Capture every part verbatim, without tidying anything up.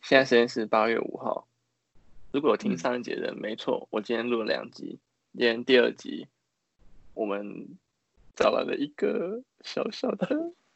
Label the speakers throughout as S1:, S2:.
S1: 现在时间是八月五号。如果有听上一节的人，嗯、没错，我今天录了两集，今天第二集，我们找来了一个小小的，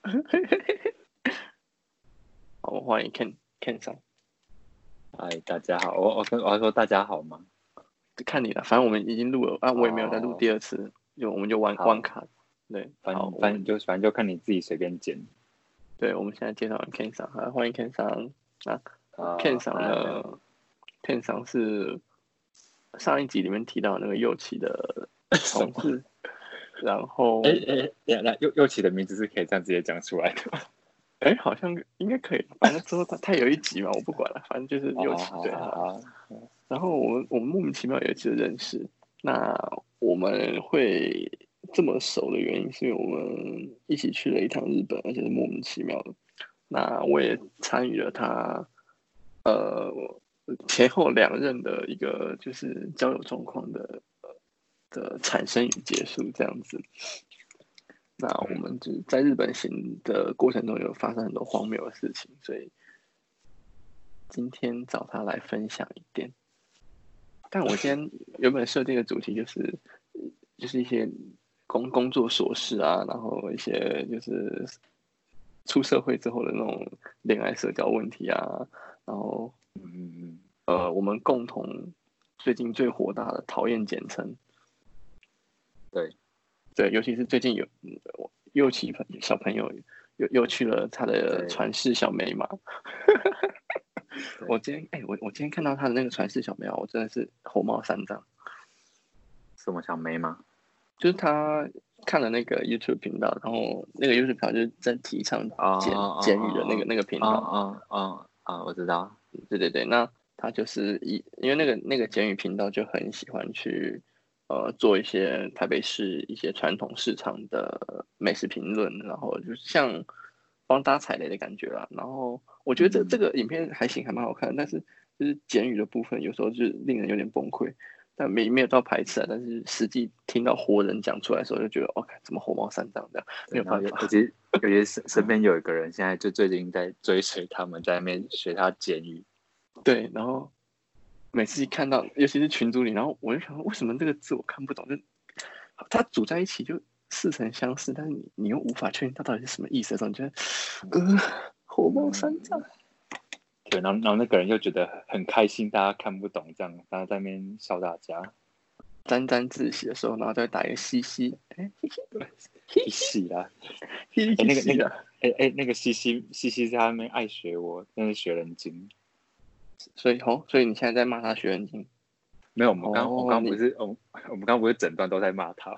S1: 好，我欢迎 Ken Ken 上。
S2: 嗨，大家好，我我跟我说大家好吗？
S1: 看你了，反正我们已经录了啊，我也没有再录第二次，哦、就我们就玩玩卡，对，
S2: 反
S1: 好，
S2: 反正就反正就看你自己随便剪。
S1: 对，我们现在介绍 Ken 上，好，欢迎 Ken 上啊。Ken 上呢 ，Ken 上是上一集里面提到那个右起的同事，然后，
S2: 哎哎，那右右起的名字是可以这样直接讲出来的吗？
S1: 哎，好像应该可以，反正之后他他有一集嘛，我不管了，反正就是右起对哈。然后我们我们莫名其妙有一次认识，那我们会这么熟的原因，是因为我们一起去了一趟日本，而且是莫名其妙的。那我也参与了他呃前后两任的一个就是交友状况的的产生与结束这样子。那我们就在日本行的过程中有发生很多荒谬的事情，所以今天找他来分享一点。但我今天原本设定的主题就是就是一些工工作琐事啊，然后一些就是出社会之后的那种恋爱社交问题啊，然后
S2: 嗯
S1: 呃我们共同最近最火大的讨厌简称，
S2: 对
S1: 对，尤其是最近有右起小朋友又又去了他的传世小美马。我今天哎、欸，我我今天看到他的那个传世小美马，我真的是火冒三丈。
S2: 什么小美马？
S1: 就是他看了那个 YouTube 频道，然后那个 YouTube 频道就是在提倡简简语的那个那个频道。
S2: 啊啊啊！我知道。
S1: 对对对，那他就是以因为那个那个简语频道就很喜欢去呃做一些台北市一些传统市场的美食评论，然后就像帮大家踩雷的感觉啦。然后我觉得这、嗯、这个影片还行，还蛮好看的，但是就是简语的部分有时候就令人有点崩溃。但没没有到排斥啊，但是实际听到活人讲出来的时候，就觉得哦，怎么火冒三丈这样，没有办法。
S2: 尤其尤其身身边有一个人，现在就最近在追随他们，在那边学他简语。
S1: 对，然后每次一看到，尤其是群组里，然后我就想说，为什么这个字我看不懂？就它组在一起就似曾相识，但是你你又无法确定它到底是什么意思的时候，你觉得呃火冒三丈。嗯
S2: 对，然后然后那个人又觉得很开心，大家看不懂这样，大家在那边笑大家，
S1: 沾沾自喜的时候，然后再打一个嘻嘻，哎，
S2: 嘻嘻啦，
S1: 哎那个那个，
S2: 哎哎那个嘻嘻嘻嘻在那边爱学我，真是学人精。
S1: 所以哦，所以你现在在骂他学人精？
S2: 没有，我们刚、哦、我刚不是我们我们刚不是整段都在骂他吗？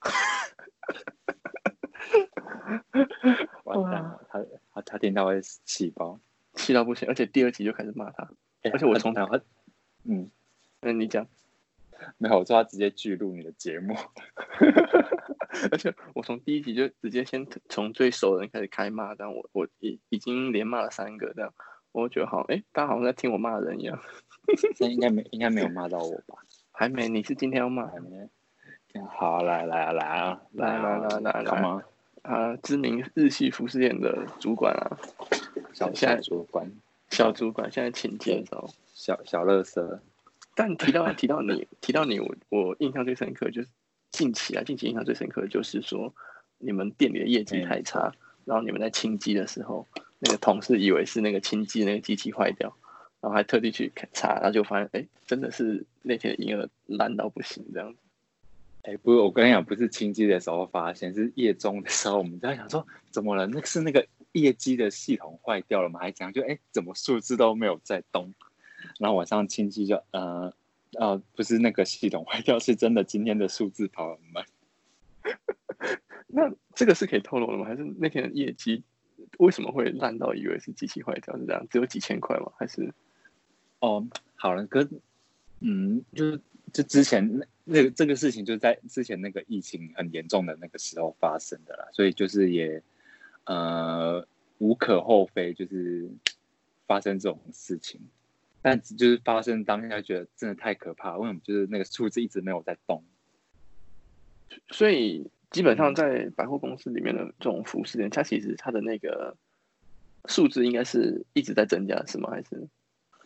S2: 完蛋了，他他他听到会气爆。
S1: 气到不行，而且第二集就开始骂他，欸、而且我从
S2: 他嗯，
S1: 那你讲，
S2: 没有，我说他直接拒录你的节目，
S1: 而且我从第一集就直接先从最熟的人开始开骂，这样我我已已经连骂了三个，这样我觉得好，哎、欸，大家好像在听我骂人一样。
S2: 现在应该没应该没有骂到我吧？
S1: 还没，你是今天要骂？
S2: 还没。好，来来来啊，
S1: 来来来来来
S2: 吗？
S1: 啊，知名日系服饰店的主管啊，
S2: 小小主管，
S1: 小主管现在请介绍，
S2: 小小乐色。
S1: 但提到提到你提到你，我我印象最深刻就是近期啊，近期印象最深刻的就是说你们店里的业绩太差，嗯、然后你们在清机的时候，那个同事以为是那个清机的那个机器坏掉，然后还特地去查，然后就发现哎，真的是那天的营业额烂到不行这样子。
S2: 哎、欸，不是，我跟你讲，不是清机的时候发现，是业中的时候，我们在想说怎么了？那是那个业绩的系统坏掉了吗？还讲就哎、欸，怎么数字都没有在动？然后晚上清机就呃呃，不是那个系统坏掉，是真的今天的数字跑很慢。
S1: 那这个是可以透露的吗？还是那天的业绩为什么会烂到以为是机器坏掉？是这样，只有几千块吗？还是？
S2: 哦，好了，哥，嗯，就就之前那那个这个事情就在之前那个疫情很严重的那个时候发生的啦，所以就是也呃无可厚非，就是发生这种事情，但就是发生当下觉得真的太可怕，为什么就是那个数字一直没有在动？
S1: 所以基本上在百货公司里面的这种服饰店，它其实它的那个数字应该是一直在增加，是吗？还是？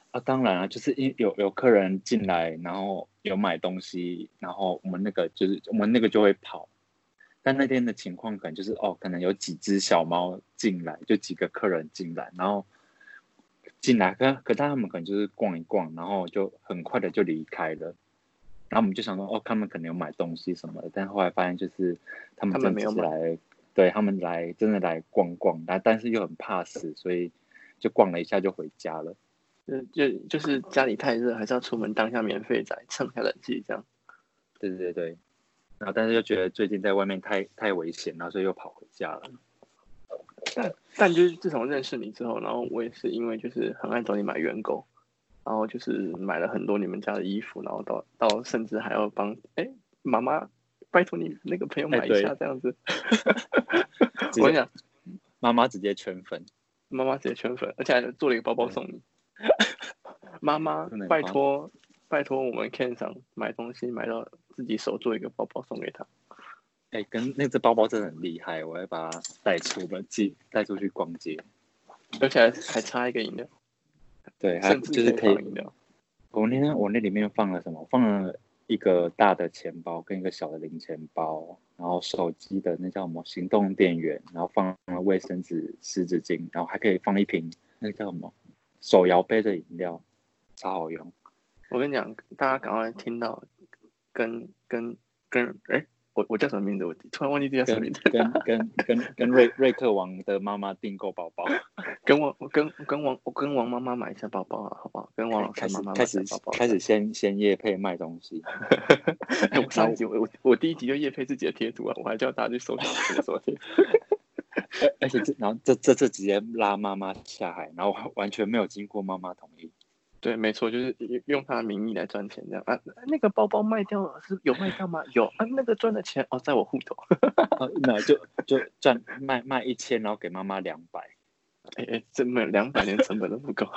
S2: 啊，当然啊，就是因有有客人进来，然后有买东西，然后我们那个就是我们那个就会跑。但那天的情况可能就是哦，可能有几只小猫进来，就几个客人进来，然后进来，可可他们可能就是逛一逛，然后就很快的就离开了。然后我们就想说，哦，他们可能有买东西什么的，但后来发现就是他们真的只是来，对他们来真的来逛逛，但但是又很怕死，所以就逛了一下就回家了。
S1: 就就就是家里太热，还是要出门当一下免费仔，蹭下冷气这样。
S2: 对对对，然后但是又觉得最近在外面太太危险，然后所以又跑回家了。
S1: 但但就是自从认识你之后，然后我也是因为就是很爱找你买原购，然后就是买了很多你们家的衣服，然后到到甚至还要帮哎妈妈拜托你那个朋友买一下这样子。我跟你讲，
S2: 妈妈直接圈粉，
S1: 妈妈直接圈粉，而且还做了一个包包送你。妈妈拜托拜托我们 Ken 上买东西买到自己手做一个包包送给他。
S2: 哎、欸，跟那只包包真的很厉害，我会把它带出门，寄带出去逛街，
S1: 而且还还插一个饮料，
S2: 对，还就是可以
S1: 饮料。
S2: 我那天我那里面放了什么？放了一个大的钱包跟一个小的零钱包，然后手机的那叫什么行动电源，然后放了卫生纸、湿纸巾，然后还可以放一瓶那个叫什么手摇杯的饮料，超好用。
S1: 我跟你讲，大家赶快听到跟跟跟哎。我我叫什么名字？我突然忘记叫什么名字。
S2: 跟跟跟跟跟瑞瑞克王的妈妈订购包包，
S1: 跟王跟跟王我跟王妈妈买一下包包啊，好不好？跟王老师妈妈买一下包包。
S2: 开始先先业配卖东西。
S1: 哎，我上一集我我第一集就业配自己的贴图啊，我还叫大家去搜什么什么贴。
S2: 而且这然后这这次直接拉妈妈下海，然后完全没有经过妈妈同意。
S1: 对，没错，就是用他的名义来赚钱这样啊。那个包包卖掉了，是有卖掉吗？有啊，那个赚的钱哦，在我户头。
S2: 那就就赚卖卖一千，然后给妈妈两百。
S1: 哎哎，真没有两百，连成本都不够。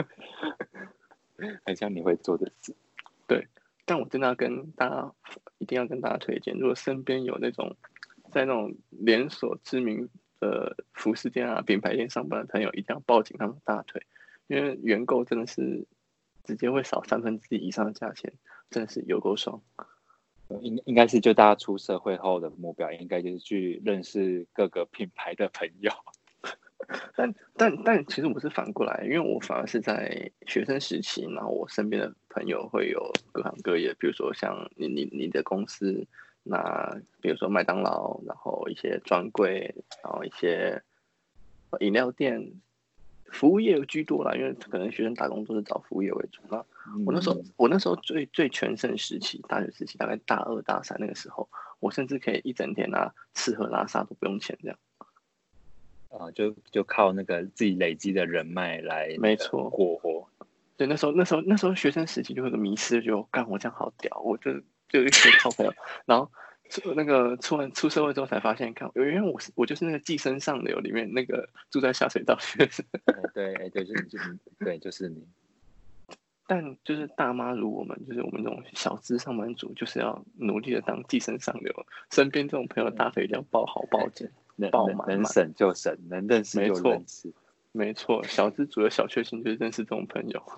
S2: 很像你会做的事。
S1: 对，但我真的要跟大家，一定要跟大家推荐，如果身边有那种在那种连锁知名的服饰店啊、品牌店上班的朋友，一定要抱紧他们大腿，因为原购真的是直接会少三分之一以上的价钱，真的是有够爽。
S2: 应应该是就大家出社会后的目标，应该就是去认识各个品牌的朋友。
S1: 但但但其实我是反过来，因为我反而是在学生时期，然后我身边的朋友会有各行各业，比如说像你你你的公司，那比如说麦当劳，然后一些专柜，然后一些饮料店，服务业居多啦，因为可能学生打工都是找服务业为主。那我那时候、嗯、我那时候最最全盛时期，大学时期大概大二大三那个时候，我甚至可以一整天啊吃喝拉撒都不用钱这样。
S2: 啊，就就靠那个自己累积的人脉来，
S1: 没错，
S2: 过活。
S1: 对，那时候那时候那时候学生时期就会有个迷失，就干我这样好屌，我就就一些好朋友，然后出那个出完出社会之后才发现，看，因为我是我就是那个寄生上流里面那个住在下水道学生。
S2: 对，哎，对，就是就是对，就是你。
S1: 但就是大妈如我们，就是我们这种小资上班族，就是要努力的当寄生上流，身边这种朋友大腿一定要抱好抱紧。爆满，
S2: 能省就省，能认识就认识。
S1: 没错，小资族的小确幸就是认识这种朋友。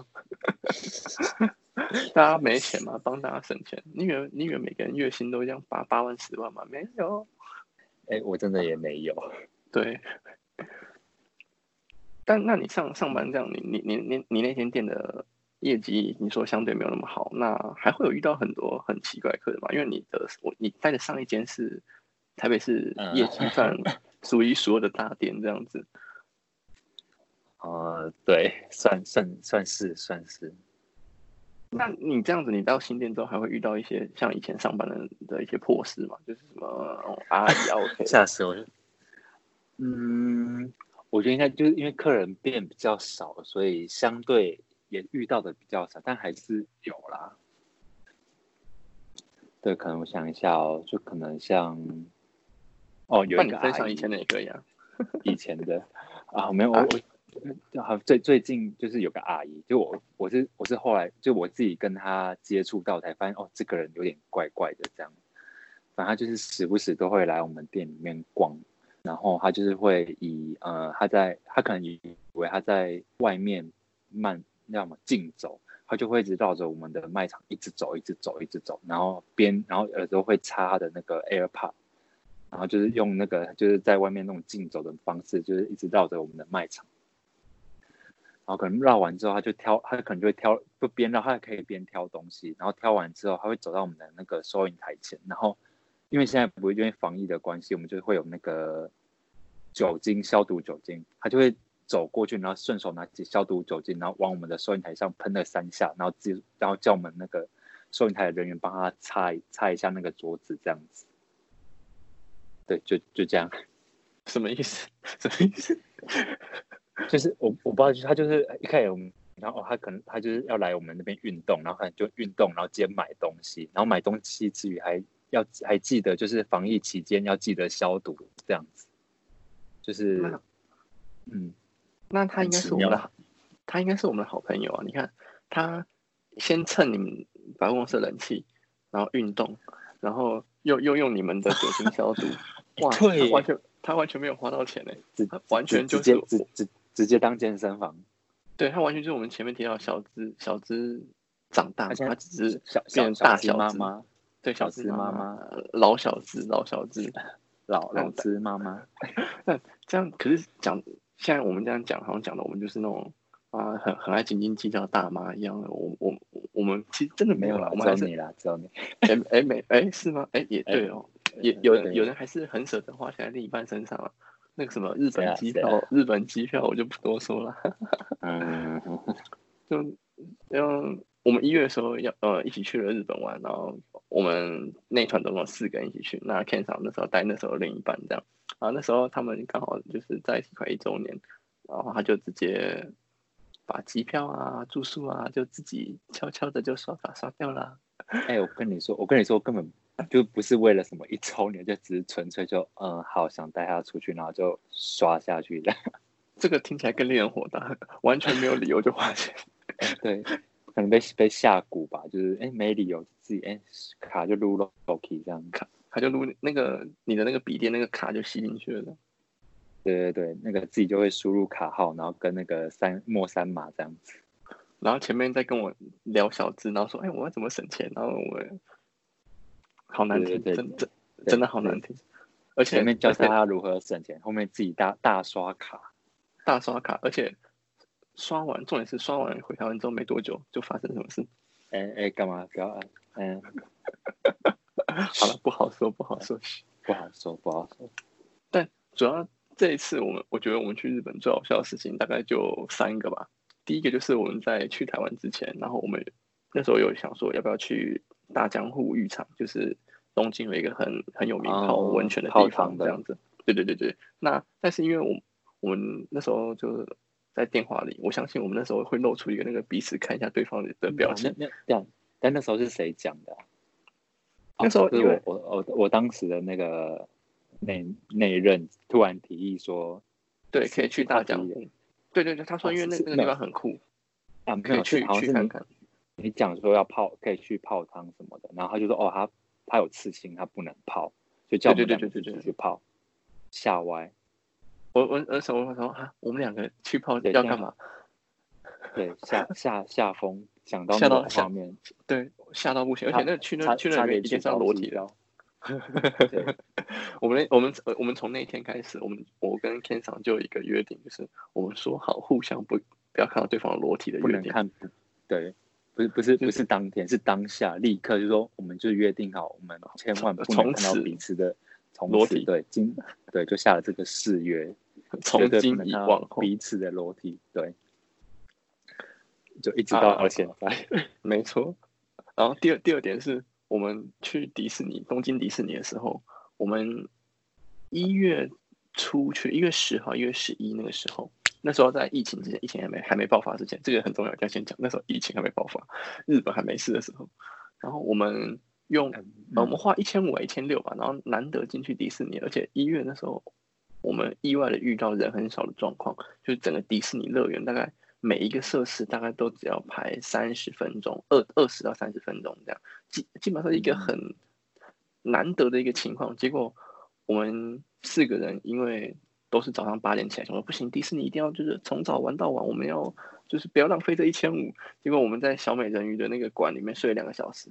S1: 大家没钱嘛，帮大家省钱。你以为你以为每个人月薪都这样八八万十万吗？没有。
S2: 哎、欸，我真的也没有。
S1: 对。但那你上上班这样，你你你你你那间店的业绩，你说相对没有那么好，那还会有遇到很多很奇怪的客人吗？因为你的我你待的上一间是。台北市业绩算数一数二的大店，这样子。
S2: 呃，对，算算算是算是。
S1: 那你这样子，你到新店之后，还会遇到一些像以前上班的的一些破事嘛？就是什么阿姨啊 ，OK，
S2: 吓死我了。嗯，我觉得应该就是因为客人变比较少，所以相对也遇到的比较少，但还是有啦。对，可能我想一下哦，就可能像。哦，有一个
S1: 分享以前的也可以啊，
S2: 以前的啊，没有我我好最最近就是有个阿姨，就我我是我是后来就我自己跟她接触到才发现哦，这个人有点怪怪的这样，反正他就是时不时都会来我们店里面逛，然后他就是会以呃他在他可能以为他在外面卖叫什么竞走，他就会一直绕着我们的卖场一直走，一直走，一直走，然后边然后耳朵会插他的那个 AirPod， 然后就是用那个就是在外面那种竞走的方式，就是一直绕着我们的卖场。然后可能绕完之后，他就挑，他可能就会挑，就边绕，他可以边挑东西。然后挑完之后，他会走到我们的那个收银台前。然后，因为现在不会因为防疫的关系，我们就会有那个酒精消毒酒精，他就会走过去，然后顺手拿起消毒酒精，然后往我们的收银台上喷了三下，然后自然后叫我们那个收银台的人员帮他擦擦一下那个桌子，这样子。对，就就这样。
S1: 什么意思？什么意思？
S2: 就是我我不知道，他就是一开始我们，然后他可能他就是要来我们那边运动，然后可能就运动，然后接买东西，然后买东西之余还要还记得就是防疫期间要记得消毒这样子，就是嗯，
S1: 那他应该是我们的，他应该是我们的好朋友啊！你看他先蹭你们百货公司的冷气，然后运动，然后又又用你们的酒精消毒，哇，他完全他完全没有花到钱嘞，他完全就是
S2: 直直直接当健身房。
S1: 对，他完全就是我们前面提到小资小资长大，他只是
S2: 小
S1: 变大
S2: 小妈妈，
S1: 对，
S2: 小
S1: 资
S2: 妈妈，
S1: 老小资老小资
S2: 老老资妈妈。
S1: 那这样可是讲，现在我们这样讲，好像讲的我们就是那种啊，很很爱斤斤计较大妈一样的。我我我们其实真的没有啦，我们还是
S2: 你啦，只有你。
S1: 哎哎没哎是吗？哎也对哦，也有有人还是很舍得花钱在另一半身上啊。那个什么日本机票，日本机票我就不多说了。
S2: 嗯，
S1: 就嗯，我们一月的时候要呃一起去了日本玩，然后我们那团总共四个人一起去。那 Ken 上那时候带那时候另一半这样，然后那时候他们刚好就是在一起快一周年，然后他就直接把机票啊、住宿啊就自己悄悄的就刷卡刷掉了。
S2: 哎、欸，我跟你说，我跟你说，根本就不是为了什么一周年，就只是纯粹就嗯好想带他出去，然后就刷下去的。
S1: 这个听起来更令人火大，完全没有理由就花钱。
S2: 对，可能被被下蛊吧，就是哎、欸、没理由自己哎、欸、卡就撸了 Loki 这样，
S1: 卡卡就撸那个你的那个笔电那个卡就吸进去了。
S2: 对对对，那个自己就会输入卡号，然后跟那个三末三码这样子。
S1: 然后前面在跟我聊小资，然后说：“哎，我要怎么省钱？”然后我好难听，
S2: 对对对
S1: 真真真的好难听。而且
S2: 前面教他如何省钱，后面自己大大刷卡，
S1: 大刷卡，而且刷完，重点是刷完回台湾之后没多久就发生什么事。
S2: 哎哎，干嘛？不要嗯，
S1: 好了，不好说，不好说，
S2: 不好说，不好说。
S1: 但主要这一次我们，我觉得我们去日本最好笑的事情大概就三个吧。第一个就是我们在去台湾之前，然后我们那时候有想说要不要去大江户浴场，就是东京有一个很很有名泡温泉的地方，这样子。对对对对。那但是因为我我们那时候就是在电话里，我相信我们那时候会露出一个那个彼此看一下对方的表情。
S2: 那那但那时候是谁讲的、啊？
S1: 那时候
S2: 因为我我我我当时的那个内内任突然提议说，
S1: 对，可以去大江户。对对对，他说因为那那个地方很酷，
S2: 啊，
S1: 可以去去看看。
S2: 你讲说要泡，可以去泡汤什么的，然后他就说哦，他他有刺青，他不能泡，就叫我们两个自己去泡。吓歪！
S1: 我我那时候我说啊，我们两个去泡要干嘛？
S2: 对，下下下风，想到那个画面，
S1: 对，吓到不行，而且那去那去那边一定是要裸体的。我们我们我们从那一天开始，我们我跟 Ken 上就有一个约定，就是我们说好互相不不要看到对方裸体的约定，
S2: 不能看，对，不是不是不是当天，是当下立刻就说，我们就约定好，我们千万不能看到彼此的
S1: 裸体，
S2: 对，今对就下了这个誓约，
S1: 从今以往
S2: 彼此的裸体，对，就一直到现在，
S1: 没错。然后第二第二点是。我们去迪士尼，东京迪士尼的时候，我们一月初去，一月十号、一月十一那个时候，那时候在疫情之前，疫情还没还没爆发之前，这个很重要，要先讲。那时候疫情还没爆发，日本还没事的时候，然后我们用，呃、我们花一千五、一千六吧，然后难得进去迪士尼，而且一月那时候，我们意外的遇到人很少的状况，就是整个迪士尼乐园大概。每一个设施大概都只要排三十分钟，二二十到三十分钟这样，基基本上是一个很难得的一个情况。结果我们四个人因为都是早上八点起来，想说不行，迪士尼一定要就是从早玩到晚，我们要就是不要浪费这一千五。结果我们在小美人鱼的那个馆里面睡了两个小时。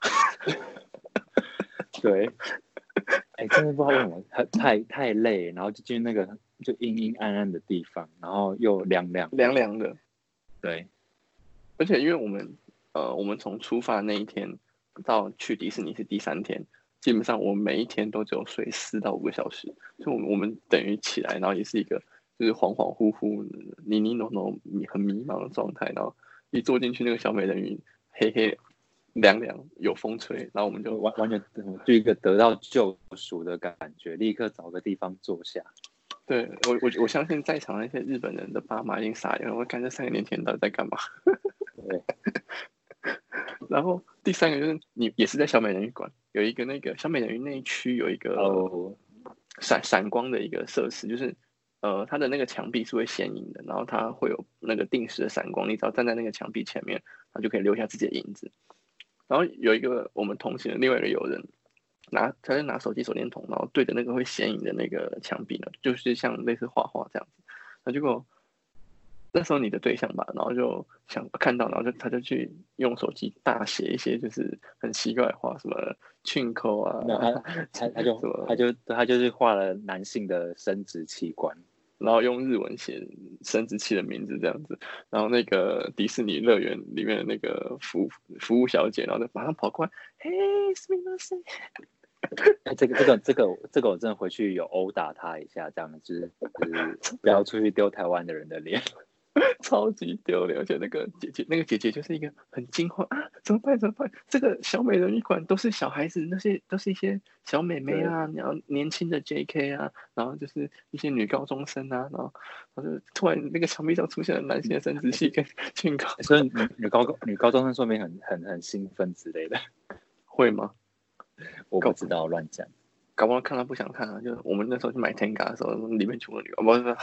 S2: 对，哎、欸，真的不知道为什么，太太累，然后就进那个就阴阴暗暗的地方，然后又凉凉
S1: 凉凉的。
S2: 对，
S1: 而且因为我们呃，我们从出发那一天到去迪士尼是第三天，基本上我每一天都只有睡四到五个小时，所以我们我们等于起来，然后也是一个就是恍恍惚惚、泥泥淖淖、很迷茫的状态，然后一坐进去那个小美人鱼，黑黑凉凉，有风吹，然后我们就
S2: 完完全就一个得到救赎的感觉，立刻找个地方坐下。
S1: 对，我我我相信在场那些日本人的爸妈已经傻眼了，我看这三个年轻人到底在干嘛？
S2: 对。
S1: 然后第三个就是你也是在小美人鱼馆有一个那个小美人鱼那一区有一个闪闪光的一个设施，就是呃它的那个墙壁是会显影的，然后它会有那个定时的闪光，你只要站在那个墙壁前面，它就可以留下自己的影子。然后有一个我们同行的另外一个友人。拿他就拿手机手电筒，然后对着那个会显影的那个墙壁呢，就是像类似画画这样子。那结果那时候你的对象吧，然后就想看到，然后就他就去用手机大写一些就是很奇怪的话，什么竣口啊，
S2: 他他他就他就他就是画了男性的生殖器官，
S1: 然后用日文写生殖器的名字这样子，然后那个迪士尼乐园里面的那个服务服务小姐，然后就马上跑过来，嘿，すみません。
S2: 哎，这个这个这个这个我真的回去有殴打他一下，这样就是就是不要出去丢台湾的人的脸，
S1: 超级丢脸。而且那个姐姐那个姐姐就是一个很惊慌啊，怎么办怎么办？这个小美人鱼馆都是小孩子，那些都是一些小妹妹啊，然后年轻的 J K 啊，然后就是一些女高中生啊，然后然后就突然那个墙壁上出现了男性的生殖器跟竣口，
S2: 所以女女高女高中生说明很很很兴奋之类的，
S1: 会吗？
S2: 我不知道，乱讲。
S1: 搞不好看他不想看啊，就是我们那时候去买 Tenga 的时候，里面全部女，不是，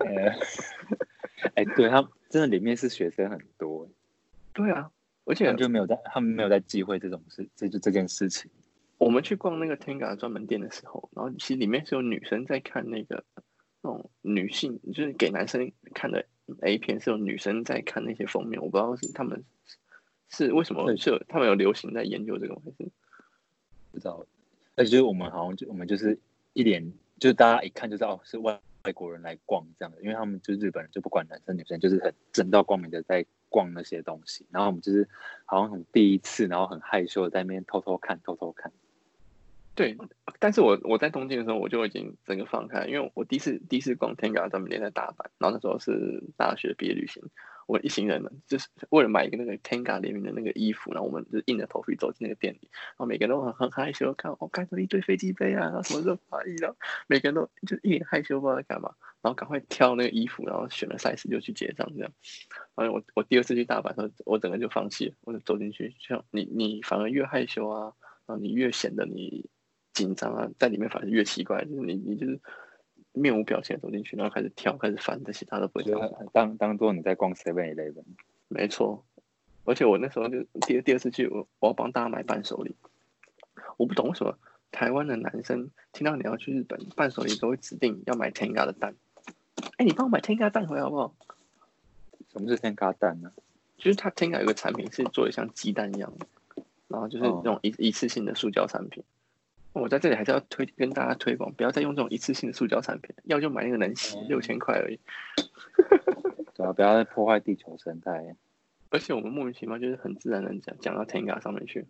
S2: 哎，对他真的里面是学生很多，
S1: 对啊，而且
S2: 他们就没有在，他们没有在忌讳这种事，这就这件事情。
S1: 我们去逛那个 Tenga 专门店的时候，然后其实里面是有女生在看那个那种女性，就是给男生看的 A 片，是有女生在看那些封面，我不知道是他们是为什么是有他们有流行在研究这个还是。
S2: 不知道，而且就是我们好像就我们就是一脸，就是大家一看就知道哦是外外国人来逛这样的，因为他们就是日本人就不管男生女生，就是很正大光明的在逛那些东西，然后我们就是好像很第一次，然后很害羞的在那边偷偷看偷偷看。
S1: 对，但是我我在东京的时候我就已经整个放开，因为我第一次第一次逛 Tenga 专门店在大阪，然后那时候是大学毕业旅行。我们一行人呢，就是为了买一个那个 Tenga 联名的那个衣服，然后我们就硬着头皮走进那个店里，然后每个人都很很害羞，看我看到一堆飞机杯啊，然后什么热法衣，然后每个人都就一脸害羞，不知道在干嘛，然后赶快挑那个衣服，然后选了 size 就去结账这样。然后我我第二次去大阪的时候，我整个就放弃了，我就走进去，像你你反而越害羞啊，然后你越显得你紧张啊，在里面反而越奇怪，就是你你就是面无表情走进去，然后开始跳，开始翻，这些他都不会跳。
S2: 当当做你在逛 Seven Eleven。
S1: 没错，而且我那时候就第第二次去，我我要帮大家买伴手礼。我不懂为什么台湾的男生听到你要去日本，伴手礼都会指定要买 Tenga 的蛋。哎，你帮我买 Tenga 蛋回来好不好？
S2: 什么是 Tenga 蛋呢？
S1: 就是它 Tenga 有个产品是做的像鸡蛋一样的，然后就是那种一、哦、一次性的塑胶产品。我在这里还是要推跟大家推广，不要再用这种一次性的塑胶产品，要就买那个能洗，六千块而已。
S2: 对啊，不要再破坏地球生态。
S1: 而且我们莫名其妙就是很自然的讲讲到 Tenga 上面去。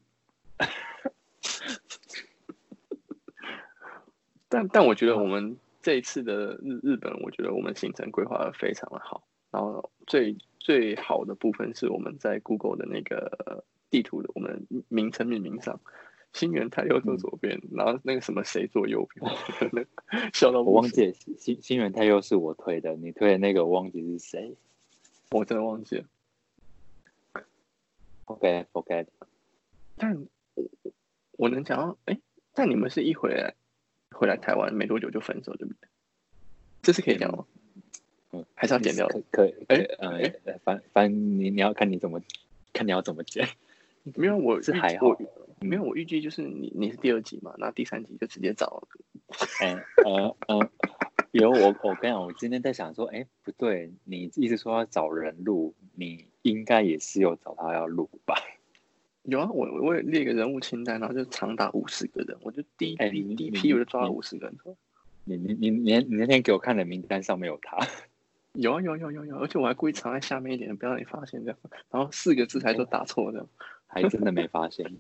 S1: 但但我觉得我们这一次的日日本，我觉得我们行程规划的非常的好。然后最最好的部分是我们在 Google 的那个地图的我们名称命名上。新元太佑坐左边、嗯，然后那个什么谁坐右边，笑到
S2: 我忘记新新元太佑是我推的，你推的那个我忘记是谁，
S1: 我真的忘记了。
S2: OK OK，
S1: 但我我能讲到，哎，但你们是一回来回来台湾没多久就分手，对不对？这是可以讲吗？
S2: 嗯，
S1: 还是要剪掉？
S2: 可以，哎，呃，反反正你你要看你怎么看你要怎么剪，
S1: 没有我
S2: 是还好。
S1: 没有，我预计就是你你是第二集嘛，那第三集就直接找。
S2: 嗯呃呃有我我跟你讲，我今天在想说，哎，不对，你一直说要找人录，你应该也是有找他要录吧？
S1: 有啊，我我也列个人物清单，然后就长达五十个人，我就第一
S2: 哎，
S1: 第
S2: 你
S1: 第一批我就抓了
S2: 你
S1: 五十个人。
S2: 你你你你你那天给我看的名单上面有他，
S1: 有啊有有有有，而且我还故意藏在下面一点，不要让你发现这样。然后四个字还都打错这样，
S2: 还真的没发现。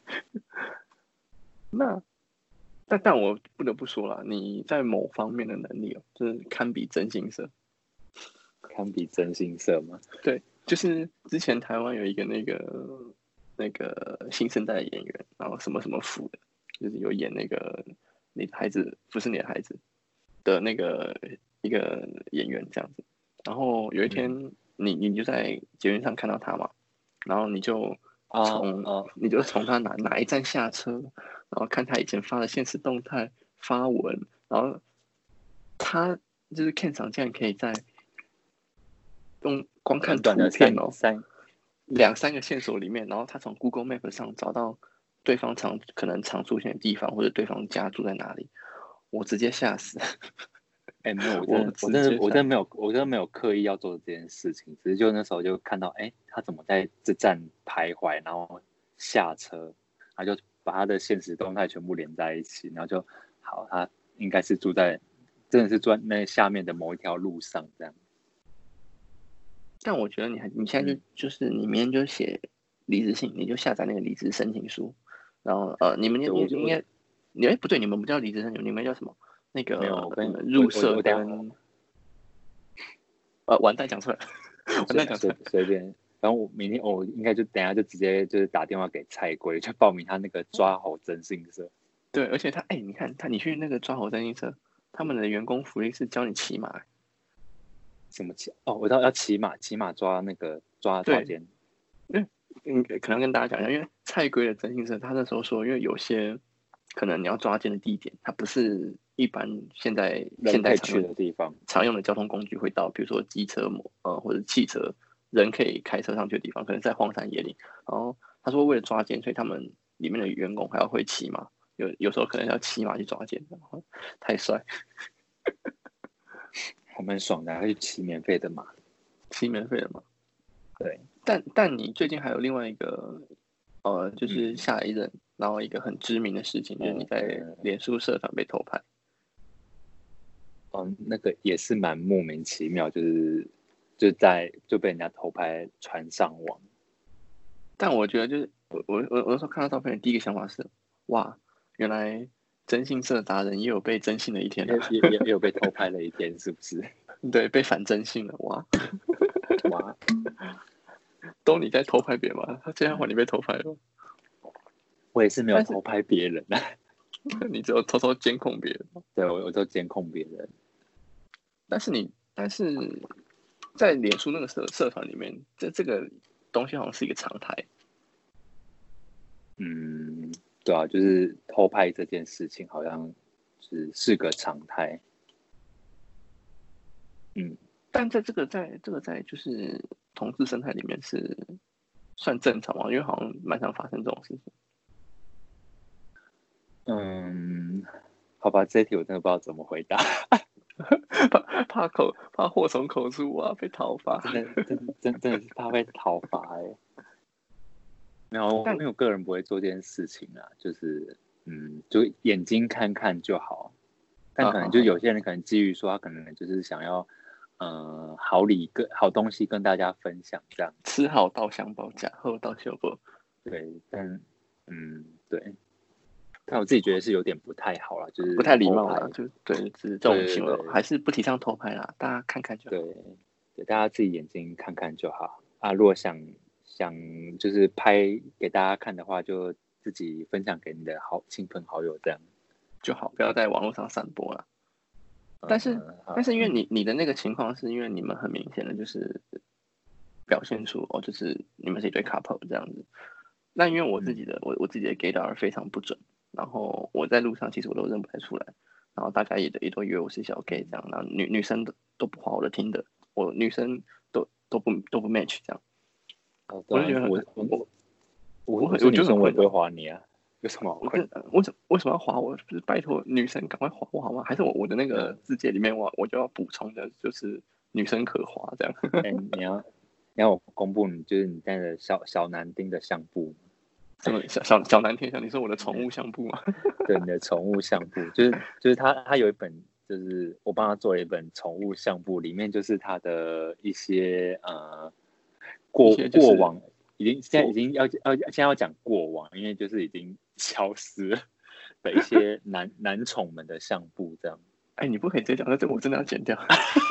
S1: 那但但我不得不说了，你在某方面的能力哦，就是堪比真心社。
S2: 堪比真心社吗？
S1: 对，就是之前台湾有一个那个那个新生代的演员，然后什么什么福的，就是有演那个你的孩子不是你的孩子的那个一个演员这样子。然后有一天你你就在捷运上看到他嘛，然后你就从、
S2: 啊啊
S1: 你就从他哪哪一站下车，然后看他以前发的现实动态发文，然后他就是 Ken 场竟然可以在用光看
S2: 短的
S1: 图片哦，
S2: 三
S1: 两三个线索里面，然后他从 Google Map 上找到对方常可能常出现的地方，或者对方家住在哪里，我直接吓死。
S2: 哎，没有，我真的我真的我真的没有我真的没有刻意要做这件事情，只是就那时候就看到，哎，他怎么在这站徘徊，然后下车，他就把他的现实动态全部连在一起，然后就好，他应该是住在真的是住在那下面的某一条路上这样。
S1: 但我觉得你还你现在就、嗯、就是你明天就写离职信，你就下载那个离职申请书，然后呃你们应应该你哎不对，你们不叫离职申请，你们叫什么？那个
S2: 没有，我跟
S1: 入社跟呃完蛋讲出来，完蛋讲出来，
S2: 随便。然后我明天我、哦、应该就等一下就直接就是打电话给蔡龟，就报名他那个抓猴征信社。
S1: 对，而且他哎，你看他你去那个抓猴征信社，他们的员工福利是教你骑马。
S2: 什么骑？哦，我知道要骑马，骑马抓那个抓抓奸。
S1: 因为嗯，可能跟大家讲一下，因为蔡龟的征信社，他那时候说，因为有些可能你要抓奸的地点，它不是一般现在现代
S2: 去的地方，
S1: 常用的交通工具会到，比如说机车、呃或者汽车，人可以开车上去的地方，可能在荒山野岭。然后他说，为了抓奸，所以他们里面的员工还要会骑马，有有时候可能要骑马去抓奸，太帅，
S2: 还蛮爽的，还去骑免费的马，
S1: 骑免费的马。
S2: 对，
S1: 但但你最近还有另外一个，呃，就是下一任，嗯、然后一个很知名的事情，就是你在脸书社团被偷拍。
S2: 哦，那个也是蛮莫名其妙，就是就在就被人家偷拍传上网。
S1: 但我觉得就是我我我我那时候看到照片的第一个想法是，哇，原来征信社达人也有被征信的一天、
S2: 啊，也也也有被偷拍的一天，是不是？
S1: 对，被反征信了，哇
S2: 哇！
S1: 都你在偷拍别人吗？他竟然换你被偷拍了。
S2: 我也是没有偷拍别人啊，
S1: 你只有偷偷监控别人。
S2: 对，我我都监控别人。
S1: 但是你，但是在脸书那个社社团里面，这这个东西好像是一个常态。
S2: 嗯，对啊，就是偷拍这件事情好像是是个常态。嗯，
S1: 但在这个在这个在就是同志生态里面是算正常吗？因为好像蛮常发生这种事情。
S2: 嗯，好吧，这一题我真的不知道怎么回答，
S1: 怕怕口怕祸从口出啊，被讨伐，
S2: 真的真真真的是怕被讨伐哎、欸。没有，因为我个人不会做这件事情啊，就是嗯，就眼睛看看就好。但可能就有些人可能基于说他可能就是想要，呃，好礼跟好东西跟大家分享这样。
S1: 吃好稻香包，假后到修补。
S2: 对，但嗯，对，但我自己觉得是有点不太好啦，就是
S1: 不太礼貌啦，就对，就是这种行为
S2: 对对对
S1: 还是不提倡偷拍啦，大家看看就好。
S2: 对，对，大家自己眼睛看看就好啊。如果想想就是拍给大家看的话，就自己分享给你的好亲朋好友这样
S1: 就好，不要在网络上散播啦。但是，嗯、但是因为你你的那个情况是因为你们很明显的就是表现出哦，就是你们是一对 couple 这样子。那因为我自己的、嗯、我我自己的 gaydar 非常不准，然后我在路上其实我都认不太出来，然后大家也也都以为我是小 gay 这样，然后女女生都都不划我的听的，我女生都都不都不 match 这样。
S2: 哦、我就觉得
S1: 我我
S2: 我我
S1: 我
S2: 我是女生，我也不会划你啊。 有什么好困
S1: 难？为什为什么要划我？就是拜托女生赶快划我好吗？还是我我的那个字节里面我我就要补充的，就是女生可划这样。
S2: 哎、欸，你要你要我公布你就是你带的小小男丁的相簿。
S1: 什么小小小南天下？你说我的宠物相簿吗？
S2: 对，你的宠物相簿，就是就是他他有一本，就是我帮他做了一本宠物相簿，里面就是他的一些呃过、就是、过往，已经现在已经要要现在要讲过往，因为就是已经消失了的一些男男宠们的相簿这样。
S1: 哎，你不可以直接讲，那这我真的要剪掉。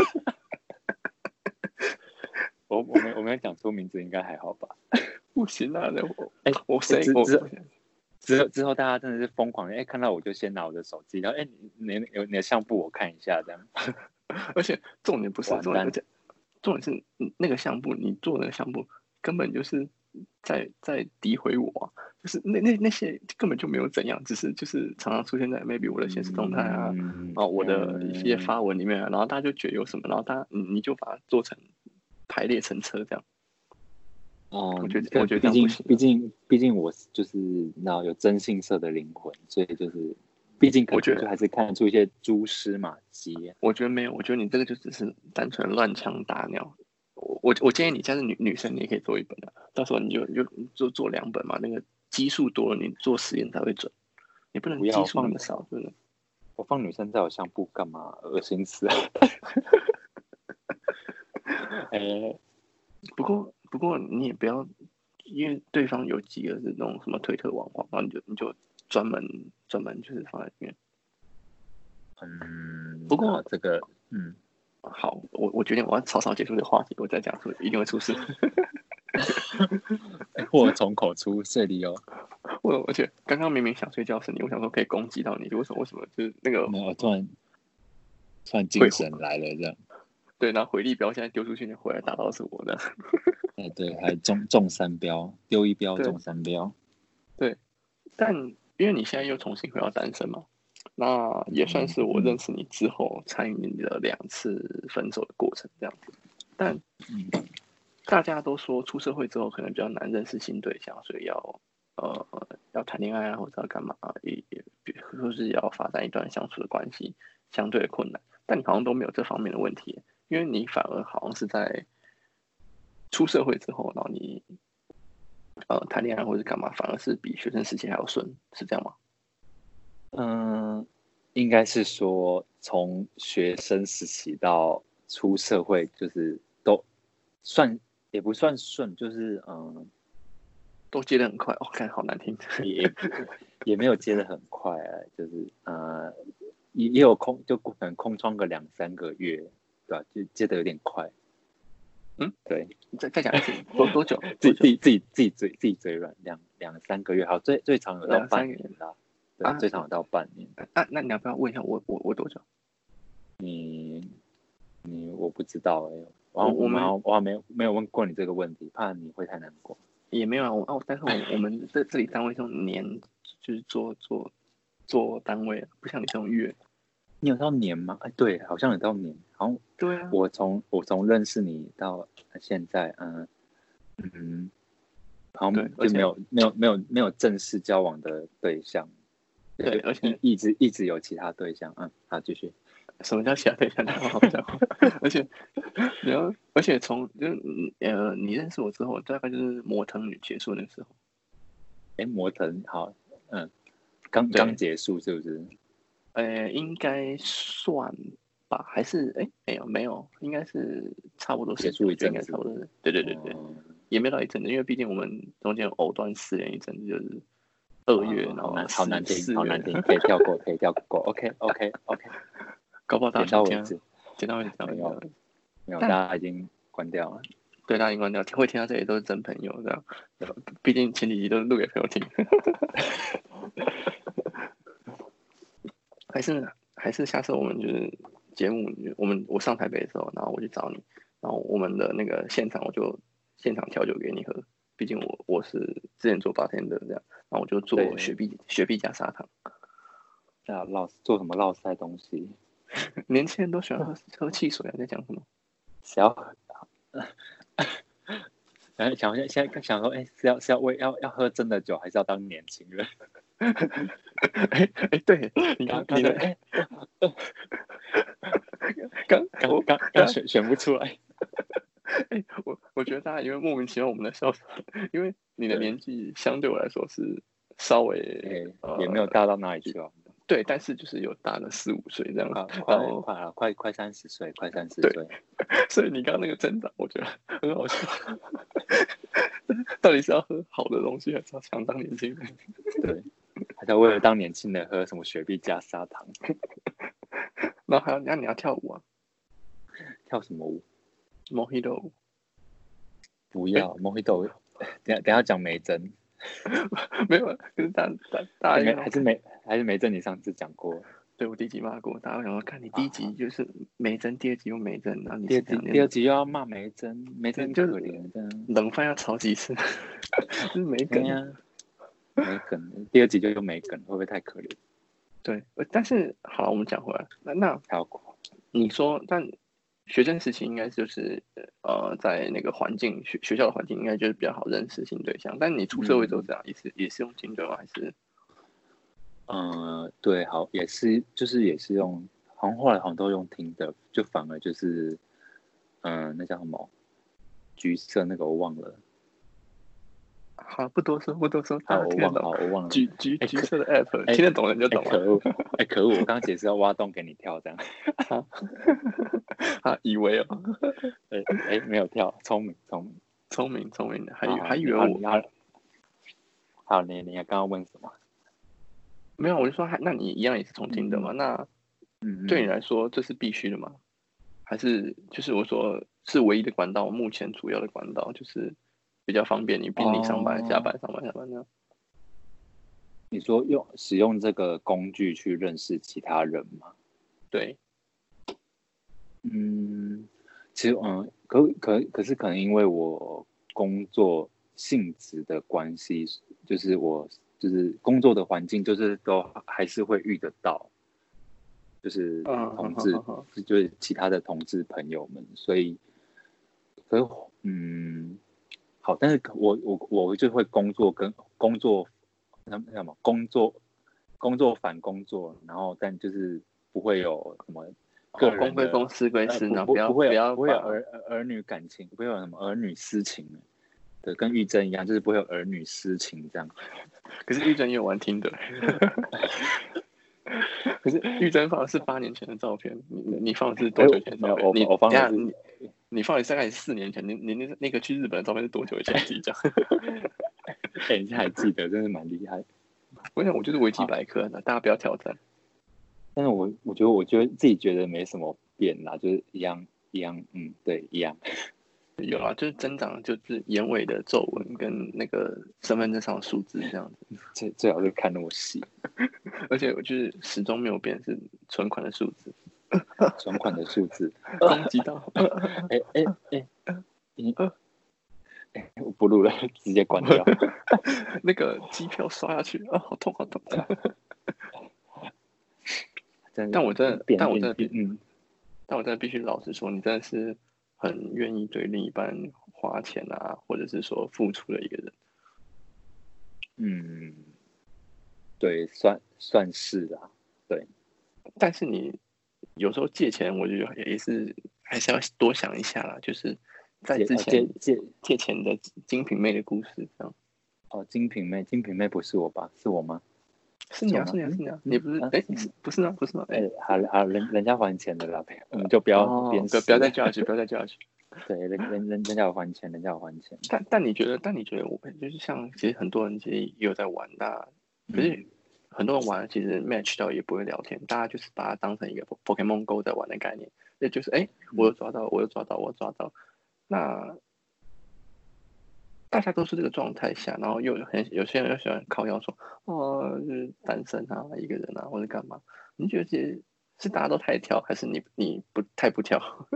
S2: 我我没我没有讲出名字，应该还好吧？
S1: 不行啊，那我
S2: 哎、
S1: 欸，我谁
S2: 之
S1: 我
S2: 之之后之后大家真的是疯狂的，哎、欸，看到我就先拿我的手机，然后哎、欸，你你你的相簿我看一下这样。
S1: 而且重点不是重点，而且重点是那个相簿，你做那个相簿根本就是在在诋毁我、啊，就是那那那些根本就没有怎样，只是就是常常出现在 maybe 我的现实动态啊，
S2: 嗯、
S1: 然后我的一些发文里面、啊，然后大家就觉得有什么，然后大家你你就把它做成排列成册这样。
S2: 哦、
S1: 我觉得我觉得这样不行、啊。
S2: 毕竟毕竟我就是那有真性色的灵魂，所以就是毕竟我觉得还是看得出一些蛛丝马迹。
S1: 我觉得没有，我觉得你这个就只是单纯乱枪打鸟。我我我建议你，假设女女生你也可以做一本的、啊，到时候你就你就做做两本嘛，那个基数多了，你做实验才会准。你不能基数那么少，真的。
S2: 我放女生在我相簿干嘛？恶心死了。
S1: 哎、欸，不过不过你也不要，因为对方有几个是那种什么推特网红，然后你就你就专门专门就是放在里面。
S2: 嗯，
S1: 不过、
S2: 啊、这个嗯。
S1: 好，我我决定我要草草结束这个话题，我再讲出一定会出事。
S2: 祸从口出，这里哦。
S1: 我而且刚刚明明想睡觉是你，我想说可以攻击到你，为什么为什么就是那个
S2: 没有突然突然精神来了这样。
S1: 对，然后回力镖现在丢出去，你回来打到是我的。
S2: 哎，对，还中中三标，丢一标中三标。
S1: 对，但因为你现在又重新回到单身嘛。那也算是我认识你之后参与你的两次分手的过程这样子，但大家都说出社会之后可能比较难认识新对象，所以要呃要谈恋爱啊或者要干嘛，也也或是要发展一段相处的关系，相对的困难。但你好像都没有这方面的问题，因为你反而好像是在出社会之后，然后你呃谈恋爱或者干嘛，反而是比学生时期还要顺，是这样吗？
S2: 嗯，应该是说从学生时期到出社会，就是都算也不算顺，就是嗯，
S1: 都接得很快。哦，看好难听。
S2: 也也没有接得很快啊，就是呃也也有空，就可能空窗个两三个月，对吧、啊？就接得有点快。
S1: 嗯，
S2: 对，
S1: 再再讲一次，多多久？
S2: 自己自己自己自己嘴自己嘴软，两两三个月，好，最最长有到半年啦。对，啊、最长有到半年。
S1: 那、啊、那你要不要问一下我我我多久？
S2: 你你我不知道哎、欸，然后
S1: 我
S2: 们我还没没有问过你这个问题，怕你会太难过。
S1: 也没有啊，我哦，但是我我们这这里单位是用年，就是做做做单位，不像你这种月。
S2: 你有到年吗？哎，对，好像有到年。好像
S1: 对啊，
S2: 我从我从认识你到现在，嗯嗯，好像就没有没有没有没有正式交往的对象。
S1: 对，而且
S2: 一直一直有其他对象。嗯，好，继续。
S1: 什么叫其他对象？好好讲话。而且你要，而且从就呃，你认识我之后，大概就是摩腾女结束那个时候。
S2: 哎，摩腾好，嗯，刚刚结束是不是？
S1: 呃，应该算吧，还是哎没有没有，应该是差不多
S2: 结束一阵子，
S1: 应该差不多是。对对对对，嗯、也没到一阵子，因为毕竟我们中间藕断丝连一阵子，就是二月，然后
S2: 好难听，好难听，可以跳过，可以跳过。OK OK OK，
S1: 搞不好大
S2: 家想听，
S1: 剪到为止，剪到为止，
S2: 没有没有，大家已经关掉了。
S1: 对，大家已经关掉，会听到这里都是真朋友，这样。毕竟前几集都是录给朋友听。还是还是下次我们就是节目，我们我上台北的时候，然后我去找你，然后我们的那个现场我就现场调酒给你喝，毕竟我我是之前做bartender这样，然后我就做雪碧雪碧加砂糖。
S2: 啊，烙做什么烙塞东西？
S1: 年轻人都喜欢喝喝汽水啊，在讲什么？
S2: 谁要喝？然后想现现在想说，哎、欸，是要是要为要要喝真的酒，还是要当年轻人？
S1: 哎哎，对你刚你的哎，刚
S2: 刚刚刚选选不出来。
S1: 哎，我我觉得大家因为莫名其妙我们的笑，因为你的年纪相对我来说是稍微
S2: 呃也没有大到哪里去啊。
S1: 对，但是就是有大了四五岁这样子，
S2: 快快了，快快三十岁，快三十岁。
S1: 所以你刚刚那个增长，我觉得很好笑。到底是要喝好的东西，还是要想当年轻人？
S2: 对，还在为了当年轻人喝什么雪碧加砂糖？
S1: 然后还要那你要跳舞啊？
S2: 跳什么舞
S1: ？Mojito 舞？
S2: 不要 Mojito，等下等下讲梅珍。
S1: 没有，可是大大大家
S2: 还是梅还是梅珍，你上次讲过。
S1: 对，我第一集骂过，大家想说看你第一集就是梅珍，第二集又梅珍，然后你
S2: 第二集第二集又要骂梅珍，梅珍可怜的，
S1: 冷饭要炒几次，就是没梗
S2: 呀，没梗。第二集就又没梗，会不会太可怜？
S1: 对，但是好，我们讲回来，那那
S2: 好，
S1: 你说，但学生时期应该就是呃，在那个环境学学校的环境应该就是比较好认识新对象，但你出社会之后这样，也是也是用Tinder吗？还是？
S2: 嗯，对，好，也是，就是也是用，好像后来好像都用听的，就反而就是，嗯，那叫什么，橘色那个我忘了，
S1: 好，不多说，不多说，
S2: 好，我忘了，好，我忘了，
S1: 橘橘橘色的 app，听得懂人就懂了。
S2: 可恶，哎，可恶，我刚刚解释要挖洞给你跳，这样，
S1: 他以为哦，
S2: 哎哎，没有跳，聪明，聪明，
S1: 聪明，聪明的，还还以为我，
S2: 好，你你刚刚问什么？
S1: 没有，我就说，还那你一样也是从听的嘛？那对你来说这是必须的吗？还是就是我说是唯一的管道，目前主要的管道就是比较方便你便利上班、下班、上班、下班那样。
S2: 你说用使用这个工具去认识其他人吗？
S1: 对。
S2: 嗯，其实嗯，可可可是可能因为我工作性质的关系，就是我就是工作的环境，就是都还是会遇得到，就是同志，
S1: 嗯、
S2: 就是其他的同志朋友们，所以，所以嗯，好，但是我我我就会工作跟工作，那什么工作工作反工作，然后但就是不会有什么。个人
S1: 公归公，私归私，然后不要
S2: 不会
S1: 不要
S2: 不会有儿儿女感情，不会有什么儿女私情的，跟玉珍一样，就是不会有儿女私情这样。
S1: 可是玉珍也有玩听的，可是玉珍放的是八年前的照片，你你放的是多久前的照片？你
S2: 我放的是
S1: 你你放的大概四年前，你你那那个去日本的照片是多久以前？自己讲。
S2: 哎，你还记得，真是蛮厉害。
S1: 我想我就是维基百科的，大家不要挑战。
S2: 但是我我觉得我觉得自己觉得没什么变啦，就是一样一样，嗯，对，一样。
S1: 有啊，就是增长，就是眼尾的皱纹跟那个身份证上的数字这样子。
S2: 最最好是看那么细，
S1: 而且我就是始终没有变，是存款的数字。
S2: 存款的数字，
S1: 攻击到。
S2: 哎哎哎，你哎，我不录了，直接关掉。
S1: 那个机票刷下去啊，好痛好痛。但我真的，但我真的必，嗯，但我真的必须老实说，你真的是很愿意对另一半花钱啊，或者是说付出的一个人。
S2: 嗯，对，算算是啦，对。
S1: 但是你有时候借钱，我觉得也是还是要多想一下啦，就是在之前
S2: 借
S1: 借钱的精品妹的故事这样。
S2: 哦，精品妹，精品妹不是我吧？是我吗？
S1: 是你啊，是你啊，是你啊，你不是？哎，不是吗？不是吗？
S2: 哎，好好，人人家还钱的啦，我们就不要编，
S1: 不要再叫下去，不要再叫下去。
S2: 对，人人人人家有还钱，人家有还钱。
S1: 但但你觉得？但你觉得我就是像，其实很多人其实也有在玩的，可是很多人玩其实 match 到也不会聊天，大家就是把它当成一个 Pokemon Go 在玩的概念，也就是哎，我有抓到，我有抓到，我有抓到，那。大家都是这个状态下，然后又很有些人又喜欢靠腰说，哦，就是单身啊，一个人啊，或者干嘛？你觉得是是大家都太挑，还是你你不太不挑？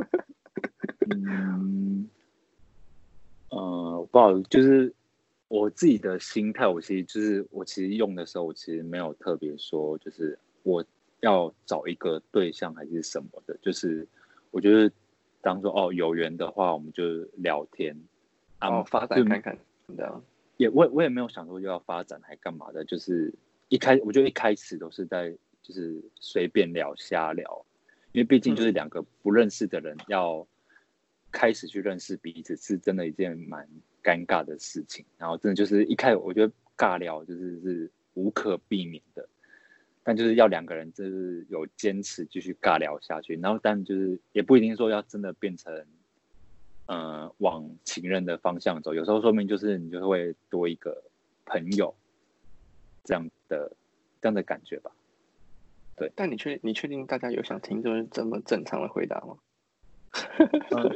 S2: 嗯，呃，不好，就是我自己的心态，我其实就是我其实用的时候，我其实没有特别说，就是我要找一个对象还是什么的，就是我觉得当做哦有缘的话，我们就聊天。
S1: 哦，发展看看，这样
S2: 也我我也没有想说又要发展还干嘛的，就是一开我就一开始都是在就是随便聊瞎聊，因为毕竟就是两个不认识的人要开始去认识彼此，是真的一件蛮尴尬的事情。然后真的就是一开始我觉得尬聊就是是无可避免的，但就是要两个人就是有坚持继续尬聊下去，然后但就是也不一定说要真的变成呃往情人的方向走，有时候说明就是你就会多一个朋友这样的这样的感觉吧。对，
S1: 但你确你确定大家有想听就是这么正常的回答吗？
S2: 嗯，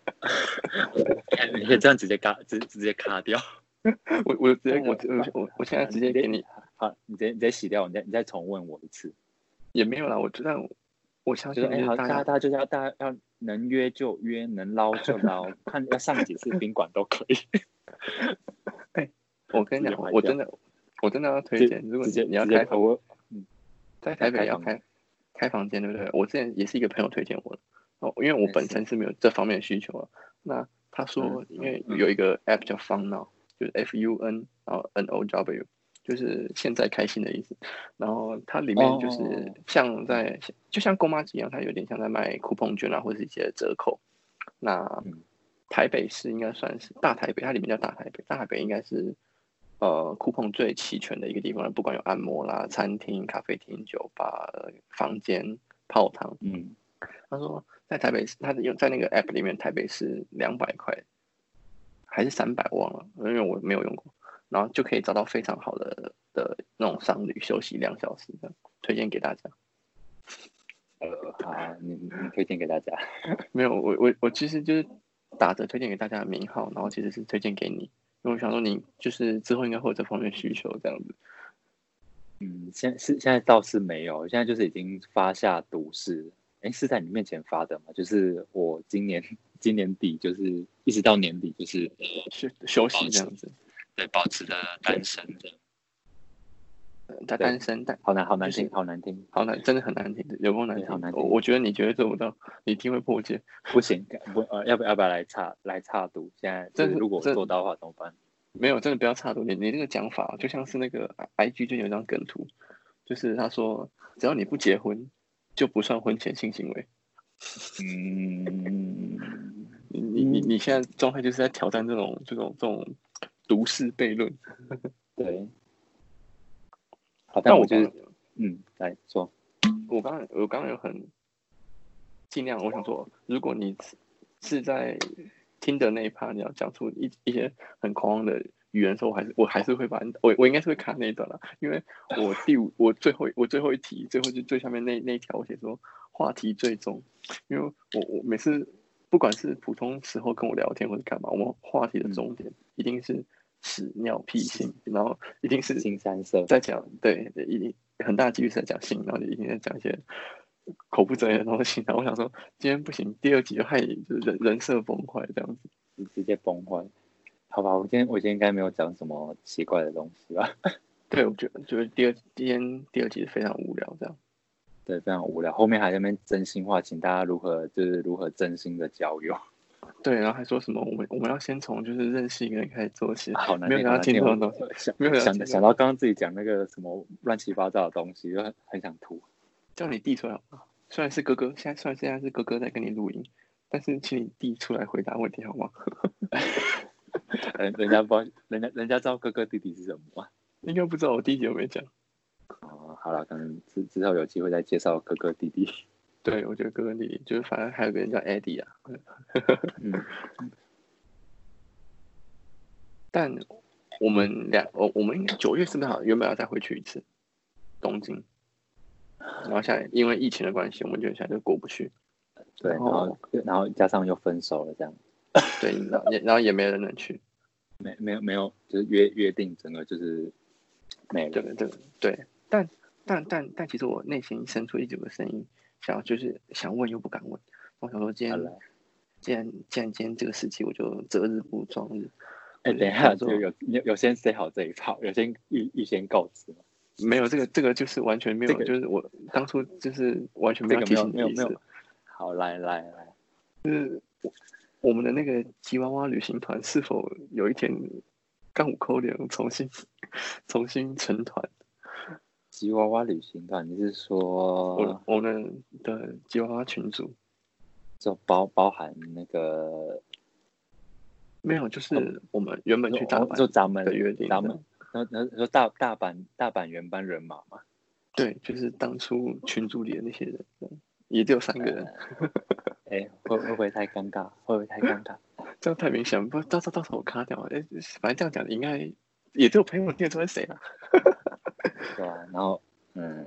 S2: 你可以这样直接卡直直接卡掉。
S1: 我我直接我我我现在直接给你，
S2: 好，你直接你直接洗掉，你再你再重问我一次。
S1: 也没有啦，我知道，我相信
S2: 就是哎，好，
S1: 大
S2: 家大家就是要大家要能约就约，能捞就捞，看要上几次宾馆都可以。
S1: 哎，我跟你讲，我真的我真的要推荐，如果你你要开房，
S2: 嗯，
S1: 在台北要开开房间，对不对？我之前也是一个朋友推荐我的，哦，因为我本身是没有这方面的需求啊。那他说，因为有一个 app 叫 Fun Now，就是 F U N 然后 N O W， 就是现在开心的意思。然后它里面就是像在就像购妈机一样，它有点像在卖coupon券啊，或者是一些折扣。那台北市应该算是大台北，它里面叫大台北，大台北应该是呃coupon最齐全的一个地方了，不管有按摩啦、餐厅、咖啡厅、酒吧、房间、泡汤。
S2: 嗯， 呃，好，你你推荐给大家。
S1: 没有，我我我其实就是打着推荐给大家的名号，然后其实是推荐给你，因为我想说你就是之后应该会有这方面需求这样子。
S2: 嗯，现是现在倒是没有，现在就是已经发下毒誓。哎，是在你面前发的嘛？就是我今年今年底就是一直到年底就是
S1: 休休息这样子，
S2: 对，保持着单身的。
S1: 他单身，但
S2: 好难，好难听，好难听，
S1: 好难，真的很难听，有够难听。
S2: 好难听。
S1: 我我觉得你绝对做不到，你一定会破戒。
S2: 不行，不呃，要不要不要来插来插毒？现在就是如果做到的话怎么办？
S1: 没有，真的不要插毒。你你这个讲法就像是那个 I G 就有一张梗图，就是他说只要你不结婚，就不算婚前性行为。嗯，你你你你现在状态就是在挑战这种这种这种毒誓悖论。
S2: 对。好，但我就是嗯，来说，
S1: 我刚刚我刚刚有很尽量，我想说，如果你是在听的那一趴，你要讲出一一些很狂妄的语言的时候，我还是我还是会把我我应该是会卡那一段了，因为我第五我最后我最后一题最后就最下面那那一条我写说话题最重，因为我我每次不管是普通时候跟我聊天或者干嘛，我们话题的重点一定是屎尿屁性，然后一定是
S2: 新三色
S1: 在讲对，一定很大几率是在讲性，然后就一定在讲一些口不择言的东西。然后我想说，今天不行，第二集就害你就是人人设崩坏这样子，
S2: 直接崩坏。好吧，我今天我今天应该没有讲什么奇怪的东西吧？
S1: 对，我觉得就是第二今天第二集非常无聊这样。
S2: 对，非常无聊。后面还在那边真心话，请大家如何就是如何真心的交友。
S1: 对，然后还说什么我们我们要先从就是认识一个人开始做起，
S2: 好难
S1: 没有人要听这种东西，没有人
S2: 想想到刚刚自己讲那个什么乱七八糟的东西，就很很想吐。
S1: 叫你递出来好不好？虽然是哥哥，现在虽然现在是哥哥在跟你录音，但是请你递出来回答问题好吗？
S2: 人人家不知道，人家人家知道哥哥弟弟是什么吗？
S1: 应该不知道，我第一集有没有讲。
S2: 哦，好了，可能之之后有机会再介绍哥哥弟弟。
S1: 对，我觉得哥哥弟弟就是反正还有个人叫 Eddie 啊。嗯，但我们两我我们应该九月是不是好原本要再回去一次东京，然后现在因为疫情的关系，我们就现在就过不去。
S2: 对，然后然后加上又分手了，这样。
S1: 对，然后也然后也没人能去，
S2: 没没有没有，就是约约定整个就是没了。
S1: 对对对，但但但但其实我内心深处一直有个声音，想要就是想问又不敢问。我想说今天既然既然今天这个时期，我就择日不撞日。
S2: 哎，等一下，就有有有先 say 好这一套，有先预预先告知吗？
S1: 没有，这个这个就是完全没有，这个、就是我当初就是完全没有提醒的意思。
S2: 好，来来来，
S1: 就是我我们的那个吉娃娃旅行团是否有一天干五扣零重新重新成团？
S2: 吉娃娃旅行团，你是说
S1: 我我们的吉娃娃群组，
S2: 就包包含那个
S1: 没有，就是我们原本去大阪
S2: 就咱们
S1: 的约定，
S2: 咱们那那说大大阪大阪原班人马嘛？
S1: 对，就是当初群组里的那些人，也只有三个人。
S2: 哎、呃，会会不会太尴尬？会不会太尴尬？
S1: 这样太明显，不到时候到时候我卡掉。哎，反正这样讲应该也只有朋友念出来谁啊？
S2: 对啊，然后嗯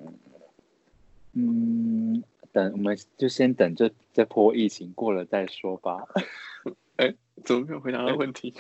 S2: 嗯，等我们就先等这这波疫情过了再说吧。
S1: 哎，怎么没有回答到问题？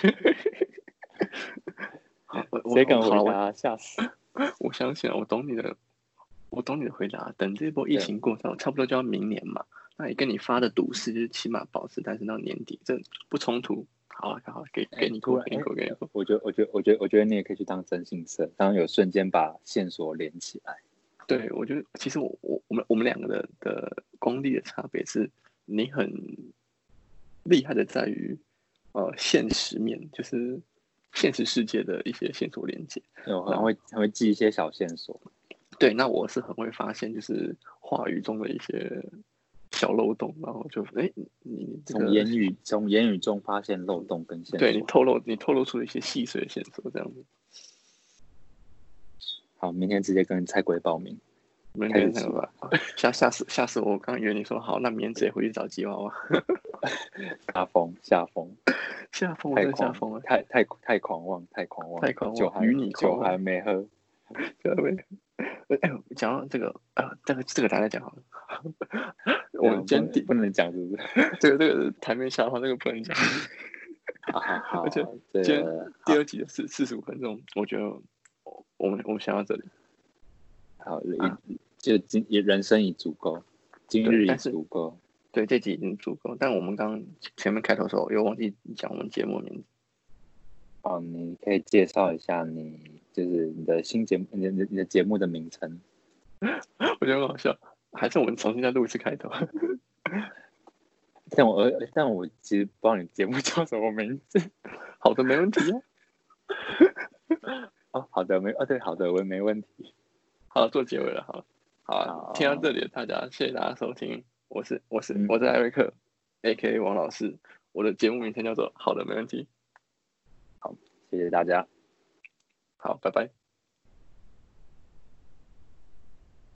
S1: 好，
S2: 谁敢回答？吓死！
S1: 我相信我懂你的，我懂你的回答。等这波疫情过后，差不多就要明年嘛。那也跟你发的赌誓就是起码保持单身到年底，这不冲突。好啊，好，给给你过，给你过，给你过。
S2: 我觉得，我觉得，我觉得，我觉得你也可以去当征信社，当有瞬间把线索连起来。
S1: 对，我觉得其实我我我们我们两个的的功力的差别是，你很厉害的在于呃现实面，就是现实世界的一些线索连接，
S2: 有很会很会记一些小线索。
S1: 对，那我是很会发现就是话语中的一些小漏洞，然后就哎你
S2: 从、这个、言语从言语中发现漏洞跟线索，
S1: 对你透露你透露出了一些细碎的线索，这样子。
S2: 好，明天直接跟蔡龟报名。
S1: 明天那个吧，吓吓死吓死我！刚以为你说好，那明天直接回去找吉娃娃。
S2: 下风下风
S1: 下风，太下风了，
S2: 太太太狂妄，太狂妄，
S1: 太狂妄，
S2: 酒还
S1: 与你
S2: 酒还没喝，
S1: 酒还没。哎，讲到这个啊，这个这个大家讲好了。我们今天
S2: 不能讲，是不是？
S1: 这个这个台面下话，这个不能讲。
S2: 好好好，
S1: 而且今天第二集的四四十五分钟，我觉得我们我们想到这里。
S2: 好，啊、就今人生已足够，今日已足够。
S1: 对，这集已经足够。但我们刚前面开头的时候又忘记讲我们节目名字。
S2: 哦，你可以介绍一下你就是你的新节目，你的你的节目的名称。
S1: 我觉得很好笑，还是我们重新再录一次开头。
S2: 但我但我其实不知道你节目叫什么名字。
S1: 好的，没问题啊。
S2: 哦，好的，没哦对，好的，我没问题。
S1: 好，做结尾了，好，好啊，听到这里，大家谢谢大家收听，我是我是、嗯、我是艾瑞克 ，A K A 王老师，我的节目名称叫做好的没问题。
S2: 好，谢谢大家，
S1: 好，拜拜。